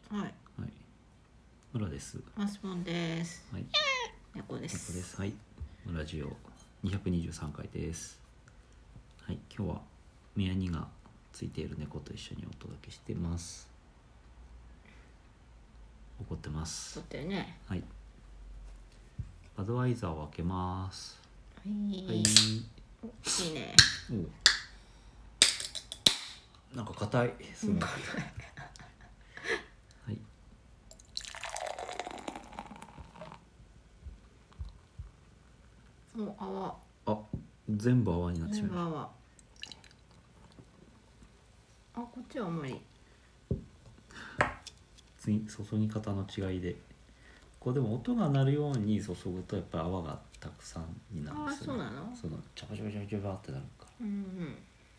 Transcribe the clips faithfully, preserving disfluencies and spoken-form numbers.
はい。 はい。村です。 マスボンです。 はい。 猫です。 猫です。はい。村ジオにひゃくにじゅうさんかいです。はい。今日は目やにがついている猫と一緒にお届けしてます。怒ってます。 撮ってるね。 はい。バドワイザーを開けます。 はい。 はい。 いいね。 お。なんか硬い。すごい。はい。 もう泡。 あ、全部泡になってしまいました。 泡。あ、こっちはあんまり。 次注ぎ方の違いで、こうでも音が鳴るように注ぐとやっぱり泡がたくさんになるんですよね。 あ、そうなの？ そのジャバジャバジャバジャバってなるから。 うんうん。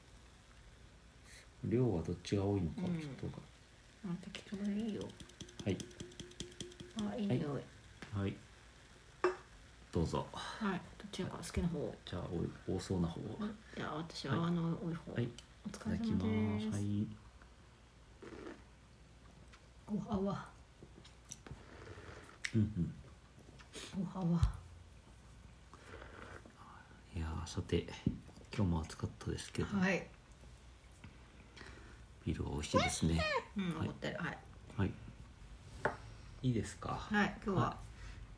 量はどっちが多いのかちょっと、 うん、あ、適当でいいよ。 はい。 あ、いい匂い。 はい。どうぞ。 はい。どっちが好きな方。 じゃあ多そうな方を。 じゃあ私は泡の多い方。 はい。 お疲れ様です。 いただきます。はい。 お泡。 うんうん。 お泡。 いやー、さて今日も暑かったですけど、 はい。 ビールは美味しいですね。 うん、怒ってる。はい。 はい。いいですか。 はい。今日は、 はい、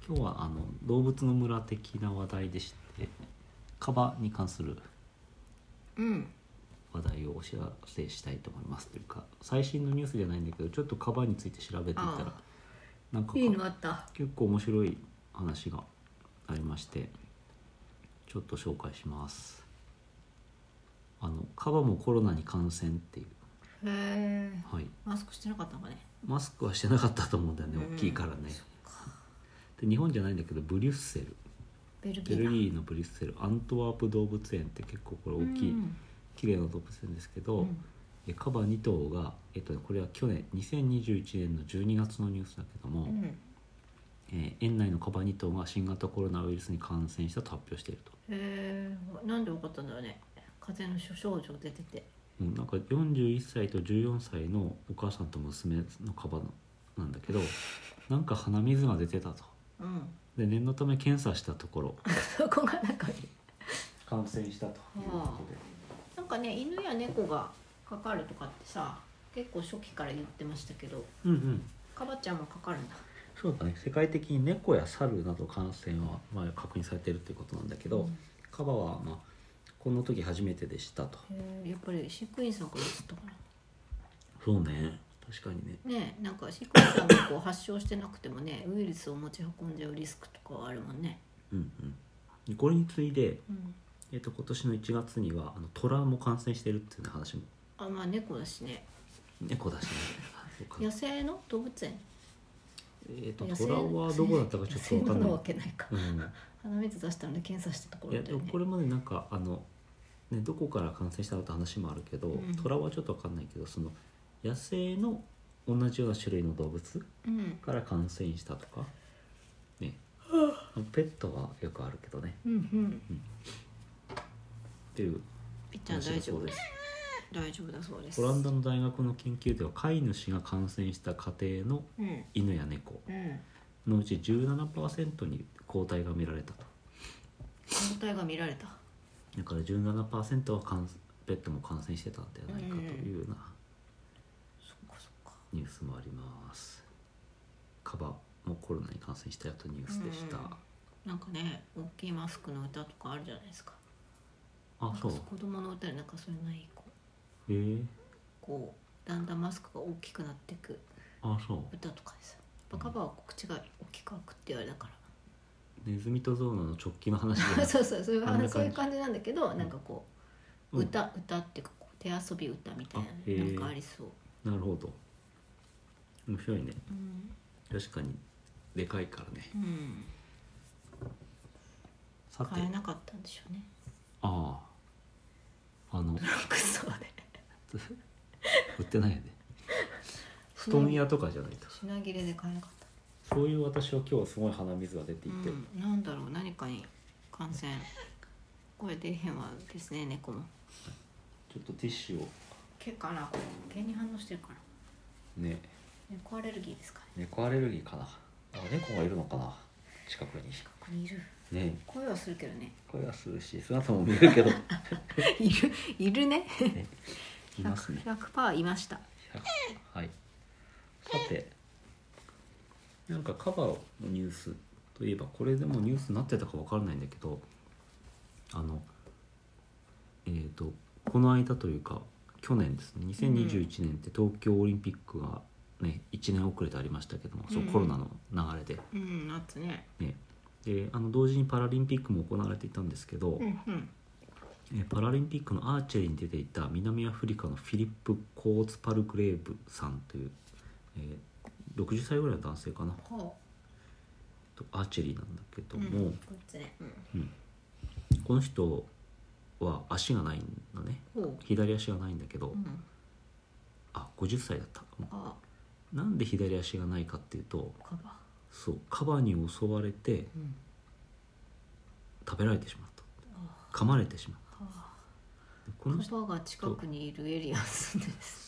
今日はあの動物の村的な話題でして、カバに関する話題をお知らせしたいと思います。というか最新のニュースじゃないんだけど、ちょっとカバについて調べていたらなんかいいのあった。 結構面白い話がありまして、ちょっと紹介します。あのカバもコロナに感染っていう。 へえ、 はい、 マスクしてなかったのかね。 マスクはしてなかったと思うんだよね、大きいからね。で日本じゃないんだけど、ブリュッセル、 ベルギーベルギーのブリュッセルアントワープ動物園って結構これ大きい、うん、綺麗な動物園ですけど、うん、えカバにとうが、えっと、これは去年にせんにじゅういちねんのじゅうにがつのニュースだけども、うんえー、園内のカバにとうが新型コロナウイルスに感染したと発表していると。 へえ、なんで分かったんだろうね。風邪の症状出てて、 うん、なんかよんじゅういっさいとじゅうよんさいのお母さんと娘のカバなんだけど、なんか鼻水が出てたと、うん、で念のため検査したところそこが中に感染したということで、はあ、なんかね、犬や猫がかかるとかってさ、結構初期から言ってましたけど、うんうん、カバちゃんもかかるんだ。 そうだね、世界的に猫や猿など感染はまあ確認されているということなんだけど、うん、カバはまあこの時初めてでしたと。 へ、やっぱり飼育員さんから言ったかな。 そうね、確かにね。 ね、なんか飼育員さんがこう発症してなくてもね、ウイルスを持ち運んじゃうリスクとかはあるもんね。 うんうん。これに次いで、うん、えっと今年のいちがつにはあのトラも感染してるっていう話も。 あ、まあ猫だしね。 猫だしね。 野生の動物園。 えー、とトラはどこだったかちょっと分かんない。 わけないか、うん、鼻水出したので検査したところだよね。 いやこれもね、なんかあの、ね、どこから感染したのって話もあるけど、うん、トラはちょっと分かんないけど、その野生の同じような種類の動物から感染したとか、うん、ね、ペットはよくあるけどね、うんうんうん、っていう話だそうです。 大丈夫だそうです。 オランダの大学の研究では、飼い主が感染した家庭の犬や猫のうち じゅうななパーセント に抗体が見られたと。 抗体が見られた。 だから じゅうななパーセント はペットも感染してたんではないかというようなニュースもあります。カバもコロナに感染したよとニュースでした。 なんかね、大きいマスクの歌とかあるじゃないですか。 あ、そう。 子供の歌でなんかそういうのいい子。 えー、 こうだんだんマスクが大きくなっていく歌とかでさ、やっぱカバは口が大きく開くって言われたから、 ネズミとゾウの直近の話でそうそう、そういう話、そういう感じなんだけど、うん、なんかこう歌、うん、歌っていうかこう手遊び歌みたいな、なんかありそう。 なるほど、面白いね、うん、確かにでかいからね、うん、 さて買えなかったんでしょうね。 ああ、あのクソで売ってないよね。布団屋とかじゃないと品切れで買えなかった。 そういう私は今日はすごい鼻水が出ていて、うん、 なんだろう、何かに感染、これ出へんわですね、猫も。 ちょっとティッシュを。 毛かな、これ毛に反応してるかなね。 猫アレルギーですかね。猫アレルギーかな。あ、猫がいるのかな、近くに。 近くにいるね。声はするけどね。 声はするし姿も見るけどいるいる ね, ねいますね。 ひゃくパーセント いました。 はい。さて、なんかカバーのニュースといえば、これでもニュースになってたか分からないんだけど、あのえーとこの間というか去年ですね、にせんにじゅういちねんって東京オリンピックがねいちねん遅れてありましたけども、うん、そうコロナの流れで、 うん、夏ね。 ねであの同時にパラリンピックも行われていたんですけど、うんうん、えパラリンピックのアーチェリーに出ていた南アフリカのフィリップ・コーツパルグレーブさんという、えー、ろくじゅっさいぐらいの男性かな、はあ、アーチェリーなんだけども、うんこ, っちねうんうん、この人は足がないのね、左足がないんだけど、うん、あごじゅっさいだったかも。あなんで左足がないかっていうと、カバそうカバに襲われて、うん、食べられてしまった、噛まれてしまった、はあ、 この人カバが近くにいるエリアです。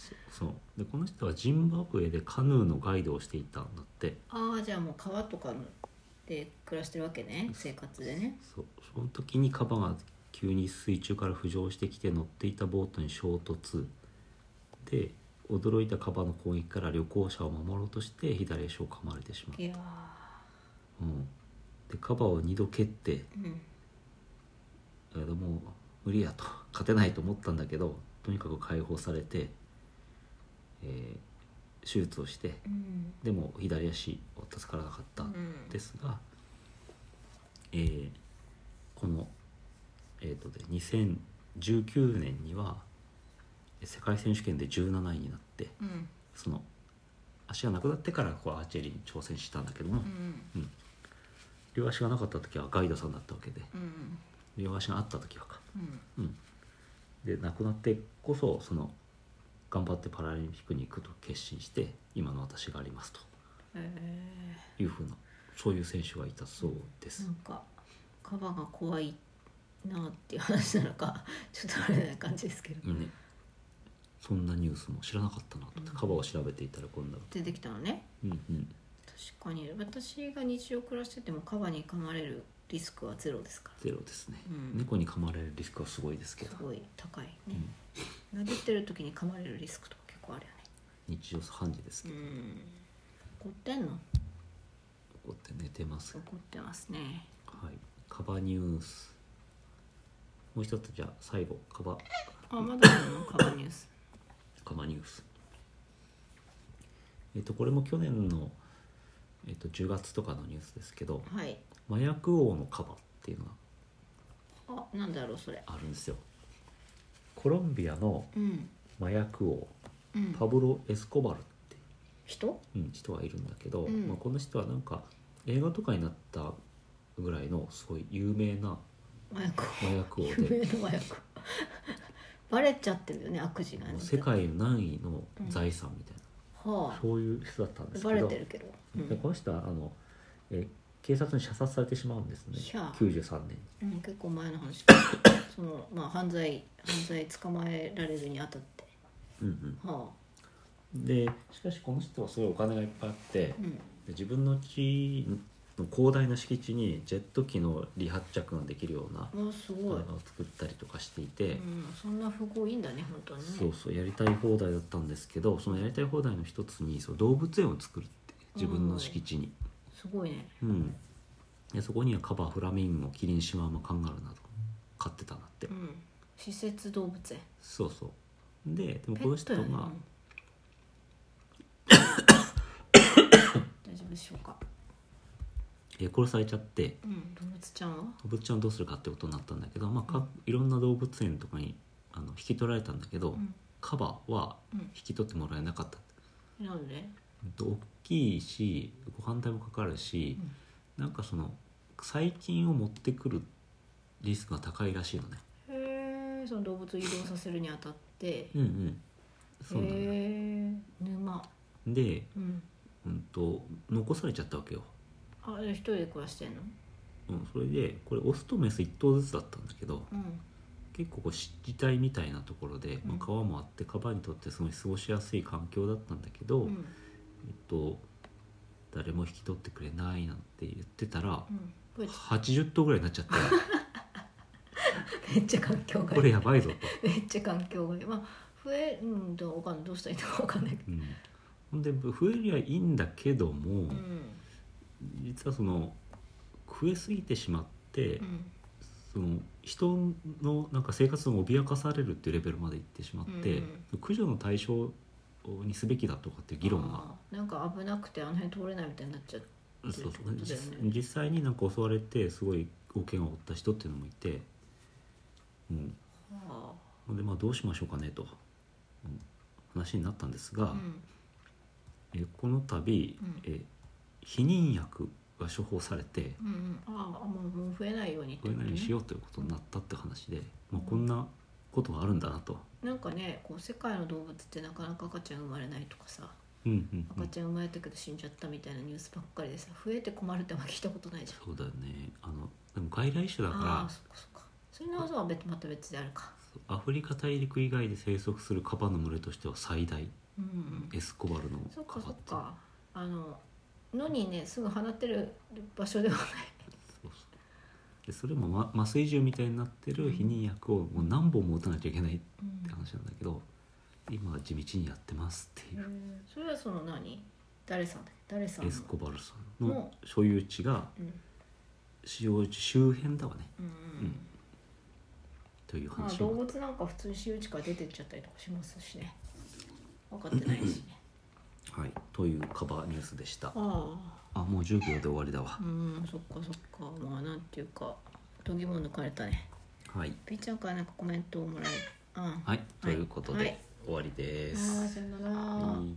そうでこの人はジンバブエでカヌーのガイドをしていたんだって。 ああじゃあもう川とかで暮らしてるわけね、生活でね。 そうその時にカバが急に水中から浮上してきて乗っていたボートに衝突で、驚いたカバの攻撃から旅行者を守ろうとして左足を噛まれてしまった。いや、うん、でカバをにど蹴って、うん、もう無理やと勝てないと思ったんだけど、とにかく解放されて、えー、手術をして、うん、でも左足は助からなかったんですが、うんえー、この、えーとでにせんじゅうきゅうねんには世界選手権でじゅうなないになって、うん、その足がなくなってからこうアーチェリーに挑戦したんだけども、うんうん、両足がなかった時はガイドさんだったわけで、うん、両足があった時はか、うんうん、でなくなってこそその頑張ってパラリンピックに行くと決心して今の私がありますと、えー、いうふうなそういう選手がいたそうです。 なんかカバが怖いなっていう話なのかちょっとあれな感じですけど、ね、 そんなニュースも知らなかったなと、うん、カバを調べていたらこんな出てきたのね、うんうん、確かに私が日常暮らしててもカバに噛まれるリスクはゼロですから。 ゼロですね、うん、猫に噛まれるリスクはすごいですけど、 すごい高いね、うん、撫でてる時に噛まれるリスクとか結構あるよね。 日常茶飯事ですけど、うん、 怒ってんの？ 怒って寝てます。 怒ってますね。 はい、カバニュースもう一つじゃあ最後カバあまだあるのカバニュースカバニュースえっとこれも去年の、えっと、じゅうがつとかのニュースですけど、はい、麻薬王のカバっていうのがあなんだろうそれあるんですよ。コロンビアの麻薬王、うん、パブロ・エスコバルって人、 うん、人がいるんだけど、うんまあ、この人はなんか映画とかになったぐらいのすごい有名な麻薬麻薬王で有名な麻薬バレちゃってるよね悪事がね。 世界何位の財産みたいな、うんはあ、そういう人だったんですけどバレてるけど、 うん、でこの人はあの、え警察に射殺されてしまうんですね、きゅうじゅうさんねんに、うん、結構前の話その、まあ、犯罪犯罪捕まえられるにあたって、うんうんはあ、でしかしこの人はすごいお金がいっぱいあって、うん、で自分の地の広大な敷地にジェット機の離発着ができるようなすごいを作ったりとかしていて、 うん、そんな不合いいんだね本当にね。 そうそうやりたい放題だったんですけど、そのやりたい放題の一つにそう動物園を作るって自分の敷地に、 すごいね、 うん、でそこにはカバ、フラミンゴ、キリン、シマウマ、カンガルーなど飼ってたんだって、うん、 施設動物園。 そうそうででもこの人が、うん、 大丈夫でしょうか。 え殺されちゃって、 うん、動物ちゃんは動物ちゃんどうするかってことになったんだけど、まあ、かいろんな動物園とかにあの引き取られたんだけど、うん、カバは引き取ってもらえなかった、 うん、なんで？ 大きいしご飯代もかかるし、うん、なんかその細菌を持ってくるリスクが高いらしいのね。 へえ、その動物を移動させるにあたってうんうんそうなんだ。へえ、沼で、うんうん、と残されちゃったわけよ。 あ、一人で暮らしてんの？ うん、それでこれオスとメスいっ頭ずつだったんだけど、うん、結構こう湿地帯みたいなところで、まあ、川もあってカバにとってすごい過ごしやすい環境だったんだけど、うん、 えっと誰も引き取ってくれないなんて言ってたら、 うん、 はちじゅっとうぐらいになっちゃってめっちゃ環境がいい、 これやばいぞとめっちゃ環境がいい。まあ増えるんだ、わかんない、どうしたらいいのかわかんないけど、 うん、ほんで増えりゃいいんだけども、うん、実はその増えすぎてしまって、うん、その人のなんか生活を脅かされるっていうレベルまでいってしまって、うん、駆除の対象にすべきだとかっていう議論がなんか危なくてあの辺通れないみたいになっちゃって、 そうそう、ね、実際になんか襲われてすごい大怪我を負った人っていうのもいて、うん、はあ、でまあどうしましょうかねと、うん、話になったんですが、うん、えこの度、うん、え避妊薬が処方されて、 うんうん、ああもう増えないように増えないようにしようということになったって話で、まあ、こんなことがあるんだなと。 なんかね、こう世界の動物ってなかなか赤ちゃん生まれないとかさ、 うんうんうん、 赤ちゃん生まれたけど死んじゃったみたいなニュースばっかりでさ、増えて困るってあんま聞いたことないじゃん。 そうだよね。あのでも外来種だから、 あそっかそっか、それの技はまた別であるか。 アフリカ大陸以外で生息するカバの群れとしては最大、うんうん、エスコバルのカバって。そっかそっか、 あの野にねすぐ放ってる場所ではない。 そうそうでそれも、ま、麻酔銃みたいになってる避妊薬をもう何本も打たなきゃいけないって話なんだけど、うん、今は地道にやってますっていう。 それはその何誰さんだ誰さんエスコバルさんの所有地が、うん、使用地周辺だわね、うんうんうん、という話。まあ、 動物なんか普通に私有地から出てっちゃったりとかしますしね、分かってないしねはい、というカバーニュースでした。ああもうじゅうびょうで終わりだわ。 うんそっかそっか、まあなんていうか研ぎ物抜かれたね。はい。ピーちゃんからなんかコメントをもらえる。 はい、ということで、はい、終わりです。 あさよなら。